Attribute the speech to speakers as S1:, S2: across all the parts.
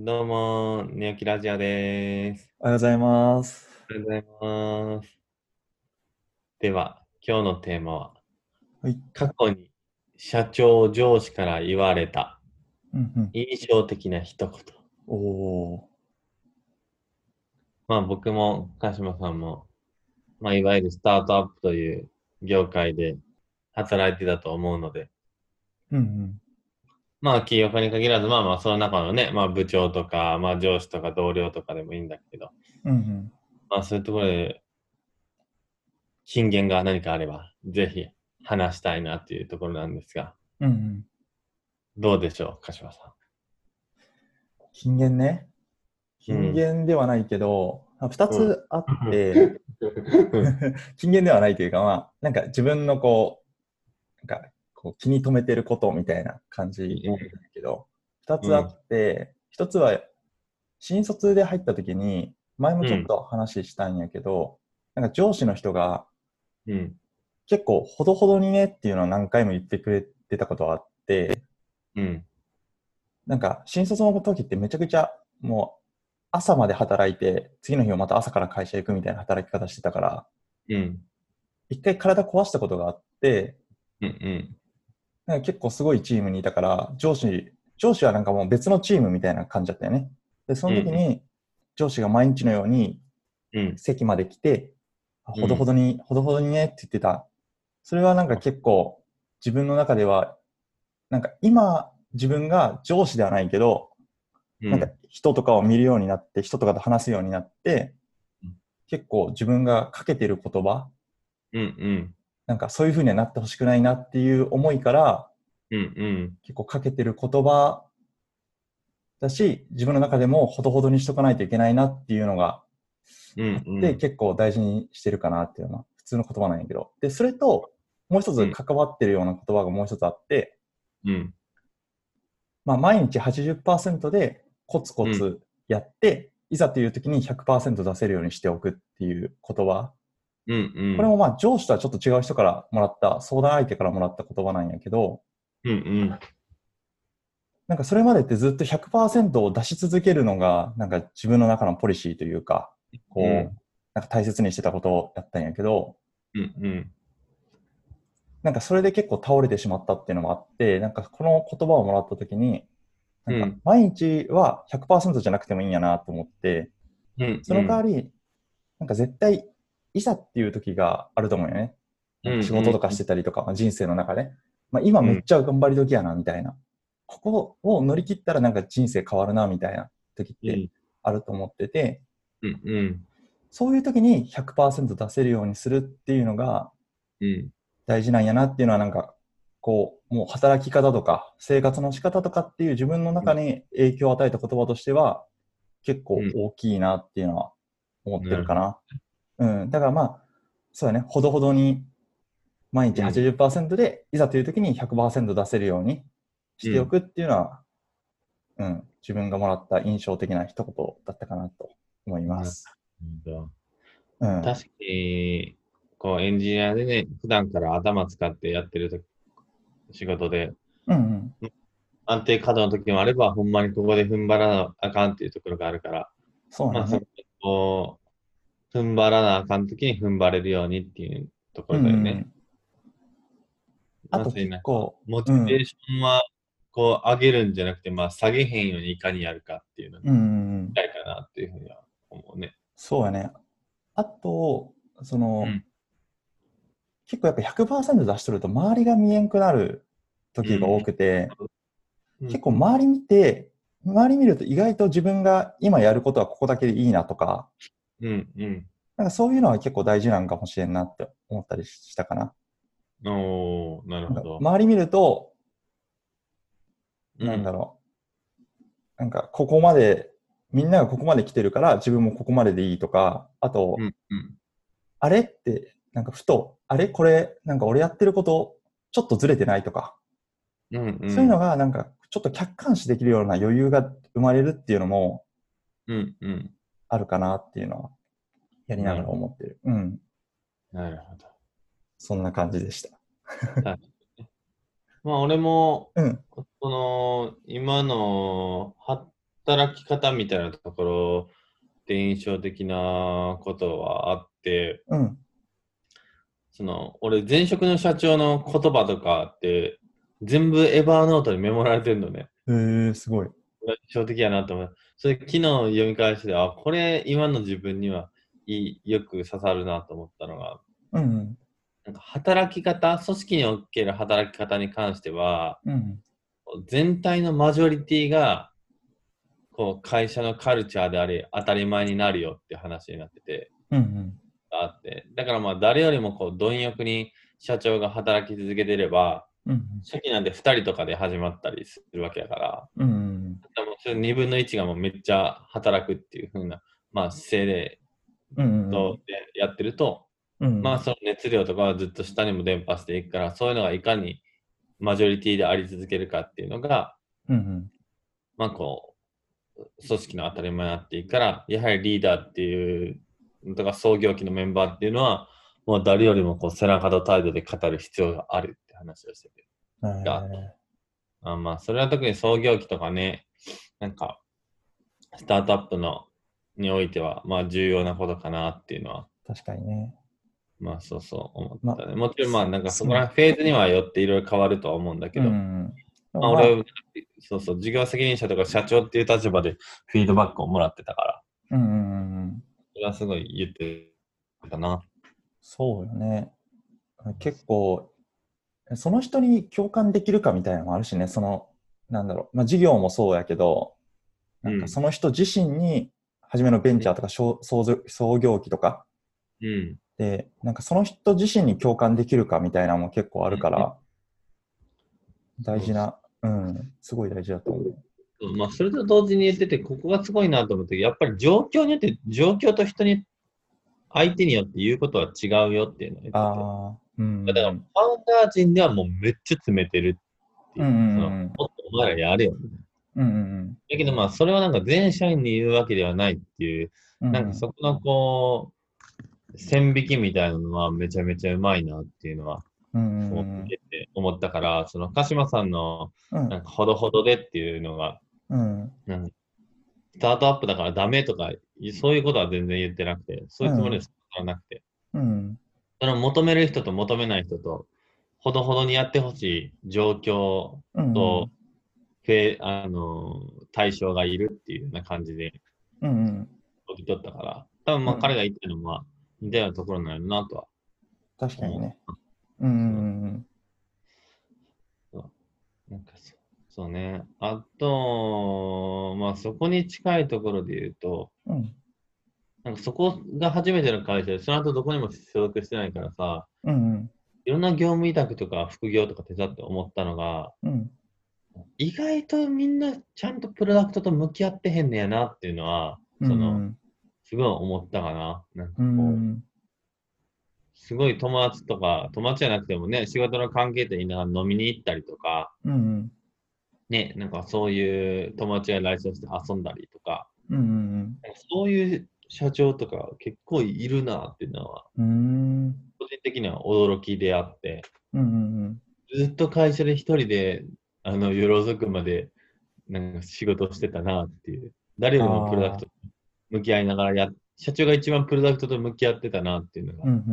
S1: どうも、寝起きラジオです。
S2: おはようございます。
S1: おはようございます。では、今日のテーマは、
S2: はい。
S1: 過去に社長、上司から言われた
S2: うんうん。
S1: 印象的な一言。
S2: おー。
S1: まあ僕も鹿島さんも、まあいわゆるスタートアップという業界で働いてたと思うので、
S2: うんうん。
S1: まあ企業家に限らず、まあまあその中のね、まあ部長とか、まあ上司とか同僚とかでもいいんだけど、
S2: うんうん。
S1: まあそういうところで金言が何かあれば、ぜひ話したいなっていうところなんですが、
S2: うんうん。
S1: どうでしょう、柏さ
S2: 金言ね。
S1: ん。う
S2: 金
S1: ん。
S2: 言ではないけど、二
S1: うん。
S2: つあって、金言ではないというか、まあ、なんか自分の気に留めてることみたいな感じなんだけど、二つあ
S1: うん。
S2: って、一つは新卒で入った時に、前も
S1: うん。
S2: ちょっと話したんやけど、なんか上司の人が
S1: うん。
S2: 結構ほどほどにねっていうのを何回も言ってくれてたことがあって、
S1: うん。
S2: なんか、新卒の時ってめちゃくちゃ、もう、朝まで働いて、次の日をまた朝から会社行くみたいな働き方してたから、
S1: うん。
S2: 一回体壊したことがあって、
S1: うん。
S2: なんか結構すごいチームにいたから、上司はなんかもう別のチームみたいな感じだったよね。で、そ
S1: うん。うん。
S2: の時に、上司が毎日のように
S1: うん。
S2: 席まで来て、
S1: うん。
S2: ほどほどにねって言ってた。それはなんか結構、自分の中では、なんか今、自分が上司ではないけど、なんか
S1: うん。
S2: 人とかを見るようになって、人とかと話すようになって、結構自分がかけてる言葉、
S1: うん。
S2: なんかそういう風にはなってほしくないなっていう思いから、
S1: うん。
S2: 結構かけてる言葉だし、自分の中でもほどほどにしとかないといけないなっていうのが
S1: うん。
S2: あって、
S1: うん。
S2: 結構大事にしてるかなっていうのは普通の言葉なんやけど。で、それと、もう一つ関わってるような言葉がもう一つあって、
S1: うん。
S2: まあ、毎日80%でコツコ
S1: うん。
S2: ツやって、いざという時に100%出せるようにしておくっていう言葉。
S1: うん。
S2: これもまあ上司とはちょっと違う人からもらった、相談相手からもらった言葉なんやけど、
S1: うん。
S2: なんかそれまでってずっと100%を出し続けるのが、なんか自分の中のポリシーというか、こう、なんか大切にしてたことをやったんやけど、
S1: うん。
S2: なんかそれで結構倒れてしまったっていうのもあって、なんかこの言葉をもらった時に、なんか
S1: うん。
S2: 毎日は100%じゃなくてもいいんやなと思って、
S1: うん。
S2: その代わり、なんか絶対、いざっていう時があると思うよね。なんか仕事とかしてたりとか、まあ、人生の中で。まあ、今めっちゃ頑張り時やな、みたいな。ここを乗り切ったらなんか人生変わるな、みたいな時ってあると思ってて、
S1: うん。
S2: そういう時に100%出せるようにするっていうのが大事なんやなっていうのはなんか、こう、もう働き方とか生活の仕方とかっていう自分の中に影響を与えた言葉としては結構大きいなっていうのは思って
S1: なるほど。
S2: るかな。うん。だからまあ、そうだね。ほどほどに毎日
S1: うん。
S2: 80%で、いざという時に100%出せるようにし
S1: うん。
S2: ておくっていうのは、うん。自分がもらった印象的な一言だったかなと思いま
S1: なる
S2: す。
S1: ほど。
S2: うん。
S1: 確かに、こう、エンジニアでね、普段から頭使ってやってる仕事で、
S2: うんうん。
S1: 安定稼働の時もあれば、ほんまにここで踏ん張らなあかんっていうところがあるから、まあ、
S2: そうだね。
S1: こ踏ん張らなあかん時に踏ん張れるようにっていうとこ
S2: うん
S1: ろだよね。
S2: うん。あと
S1: まさに
S2: 結構、
S1: モチ
S2: うん。
S1: ベーションは、こう、上げるんじゃなくて、まあ、下げへんようにいかにやるかっていうのに、
S2: うんうんうん。
S1: したいかなっていうふうには思うね。
S2: そうやね。あと、その、
S1: うん。
S2: 結構やっぱ100%出しとると周りが見えんくなる時が多
S1: うん。
S2: くて、
S1: うん。
S2: 結構周り見ると意外と自分が今やることはここだけでいいなとか、
S1: うん。うん。
S2: なんかそういうのは結構大事なんかもしれんなって思ったりしたかな。
S1: おー、なる
S2: なんか
S1: ほど。
S2: 周り見ると、
S1: うん。
S2: なんだろなんかここまで、みんながここまで来てるから自分もここまででいいとか、あと、
S1: うん。うん。
S2: あれって、なんかふと、あれこれ、なんか俺やってることちょっとずれてないとか、
S1: うん。う
S2: そういうの
S1: ん。
S2: がなんかちょっと客観視できるような余裕が生まれるっていうのも
S1: うん。うん。
S2: あるかなっていうのはやりながら
S1: なるほど。
S2: 思ってる。うん。
S1: なるほど。
S2: そんな感じでした。
S1: はい。まあ、俺も、
S2: うん。
S1: 今の、 働き方みたいなところで印象的なことはあって、
S2: うん。
S1: 俺、前職の社長の言葉とかって、全部エバーノートにメモられてるのね。
S2: すごい。
S1: 印象的やなと思う。それ、昨日読み返して、あ、これ、今の自分によく刺さるなと思ったのが、
S2: うん。
S1: なんか働き方、組織における働き方に関しては、
S2: うん。
S1: 全体のマジョリティが、会社のカルチャーであり、当たり前になるよって話になってて、
S2: うん。
S1: あって。だから誰よりも貪欲に社長が働き続けてれば、
S2: うん。
S1: 初期なんて2人とかで始まったりするわけだから、
S2: うん。
S1: それ2分の1がもうめっちゃ働くっていう風な、姿勢で、
S2: うん。
S1: やってると、
S2: うん。
S1: その熱量とかはずっと下にも伝播していくから、そういうのがいかにマジョリティであり続けるかっていうのが、
S2: うん。
S1: 組織の当たり前になっていくから、やはりリーダーっていう、とか創業期のメンバーっていうのは、もう誰よりも背中と態度で語る必要があるって話をしてて。それは特に創業期とかね、なんか、スタートアップにおいては、重要なことかなっていうのは、
S2: 確かにね。
S1: そうそう思ったね。もちろんなんかそ
S2: うん。
S1: こらフェーズにはよっていろいろ変わるとは思うんだけど、
S2: うん。でもまあ、
S1: 俺、そうそう、事業責任者とか社長っていう立場でフィードバックをもらってたから、
S2: うん。
S1: それはすごい言ってたな。
S2: そうよね。結構、その人に共感できるかみたいなのもあるしね、なんだろう、事業もそうやけど、なんかその人自身に、初めのベンチャーとか創業期とか、
S1: うん。
S2: で、なんかその人自身に共感できるかみたいなのも結構あるから、大
S1: そう
S2: 事な、うん、すごい大事だと思う。
S1: そう、それと同時に言ってて、ここがすごいなと思って、やっぱり状況によって、状況と人に、相手によって言うことは違うよっていうのを言ってて。
S2: ああ、う
S1: だから、ファ
S2: ん、
S1: ウンダー陣ではもうめっちゃ詰めてるって
S2: うん、
S1: いう。
S2: うん、
S1: もっとお前らやれよみたいな。
S2: うん、うん、
S1: だけどそれはなんか全社員に言うわけではないっていう、
S2: うん、
S1: なんかそこの線引きみたいなのはめちゃめちゃうまいなっていうのは、
S2: うん、
S1: 見てて思ったから、鹿島さんの
S2: うん、
S1: なんかほどほどでっていうのが、
S2: うん、
S1: なんスタートアップだからダメとか、そういうことは全然言ってなくて、そういうつもりはなくて、
S2: うん、
S1: その求める人と求めない人と、ほどほどにやってほしい状況
S2: うん、う
S1: と、
S2: ん、
S1: 対象がいるっていうような感じで
S2: うん、
S1: 受け取ったから、多分
S2: うん、
S1: 彼が言ってるのは似たようなところなんやなとは思っ
S2: 確かにね。う
S1: た。そう
S2: ん、
S1: そうなんかそうね。あと、そこに近いところで言うと、
S2: うん、
S1: なんかそこが初めての会社で、その後どこにも所属してないからさ、
S2: うん、
S1: いろんな業務委託とか副業とか手伝って思ったのが、
S2: うん、
S1: 意外とみんなちゃんとプロダクトと向き合ってへんねやなっていうのは、
S2: うん、
S1: すごい思ったかな。なんか
S2: うん、
S1: すごい友達じゃなくてもね、仕事の関係でいながら飲みに行ったりとか、
S2: うん、
S1: ね、なんかそういう友達が来社して遊んだりとか、
S2: うん、
S1: そういう社長とか結構いるなっていうのは、
S2: うん、
S1: 個人的には驚きであって、
S2: うん、
S1: ずっと会社で一人で、夜遅くまで、なんか仕事をしてたなっていう。誰よりもプロダクトと
S2: ああ、
S1: 向き合いながら社長が一番プロダクトと向き合ってたなっていうのが、
S2: うん、うん、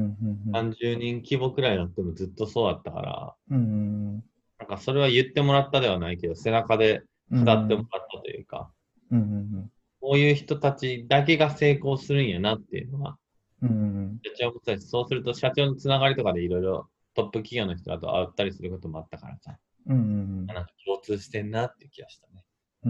S1: 30人規模くらいになってもずっとそうだったから、
S2: うん、
S1: なんかそれは言ってもらったではないけど、背中で
S2: うん、
S1: 語っても
S2: うん、
S1: らったというか、
S2: うん、
S1: こういう人たちだけが成功するんやなっていうのは、
S2: うん、
S1: 社長もそうだし、そうすると社長のつながりとかでいろいろトップ企業の人だと会ったりすることもあったからさ、
S2: うん、
S1: なんか共通してんなっていう気がしたね。
S2: うん、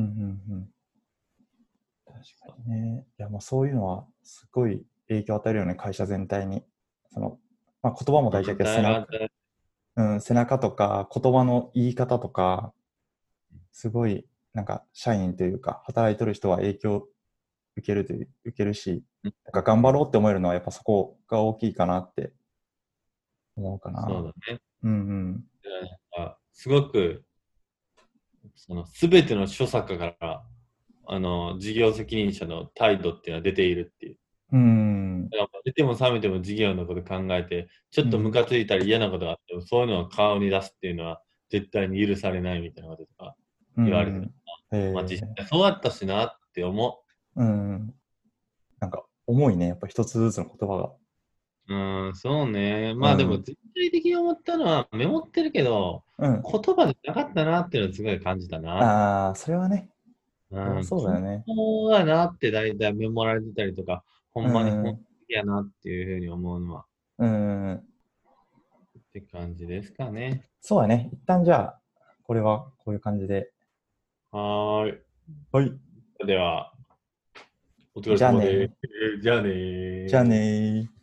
S2: 確かにね。いや、そういうのはすごい影響を与えるよね、会社全体に。言葉も大事だけど、背中とか、言葉の言い方とか、すごい、なんか、社員というか、働いてる人は影響受けるし、なんか頑張ろうって思えるのは、やっぱそこが大きいかなって思うかな。
S1: そうだね。
S2: うん
S1: すごく、すべての諸作から、事業責任者の態度っていうのは出ているっていう。
S2: うん。
S1: だから出ても冷めても事業のこと考えて、ちょっとムカついたり嫌なことがあっても、そういうのを顔に出すっていうのは絶対に許されないみたいなこととか
S2: うん。
S1: 言われてる。 まあ実際そうだったしなって思
S2: う。うん。なんか、重いね。やっぱ一つずつの言葉が。
S1: そうね。まあでも、全体的に思ったのは、メモってるけど、
S2: うん。
S1: 言葉じゃなかったなっていうのをすごい感じたな。
S2: ああ、それはね。
S1: う
S2: それは
S1: ん、本
S2: そうだよね。
S1: 当だなって大体メモられてたりとか、ほ
S2: う
S1: んまに本
S2: ん。
S1: 気やなっていうふうに思うのは、
S2: うん。
S1: って感じですかね。
S2: そうだね。一旦じゃあ、これはこういう感じで。
S1: はーい。
S2: はい。
S1: では、お疲れ
S2: じゃあ
S1: 様で
S2: ね。
S1: す。じゃあね
S2: じゃあね
S1: ー。
S2: ー。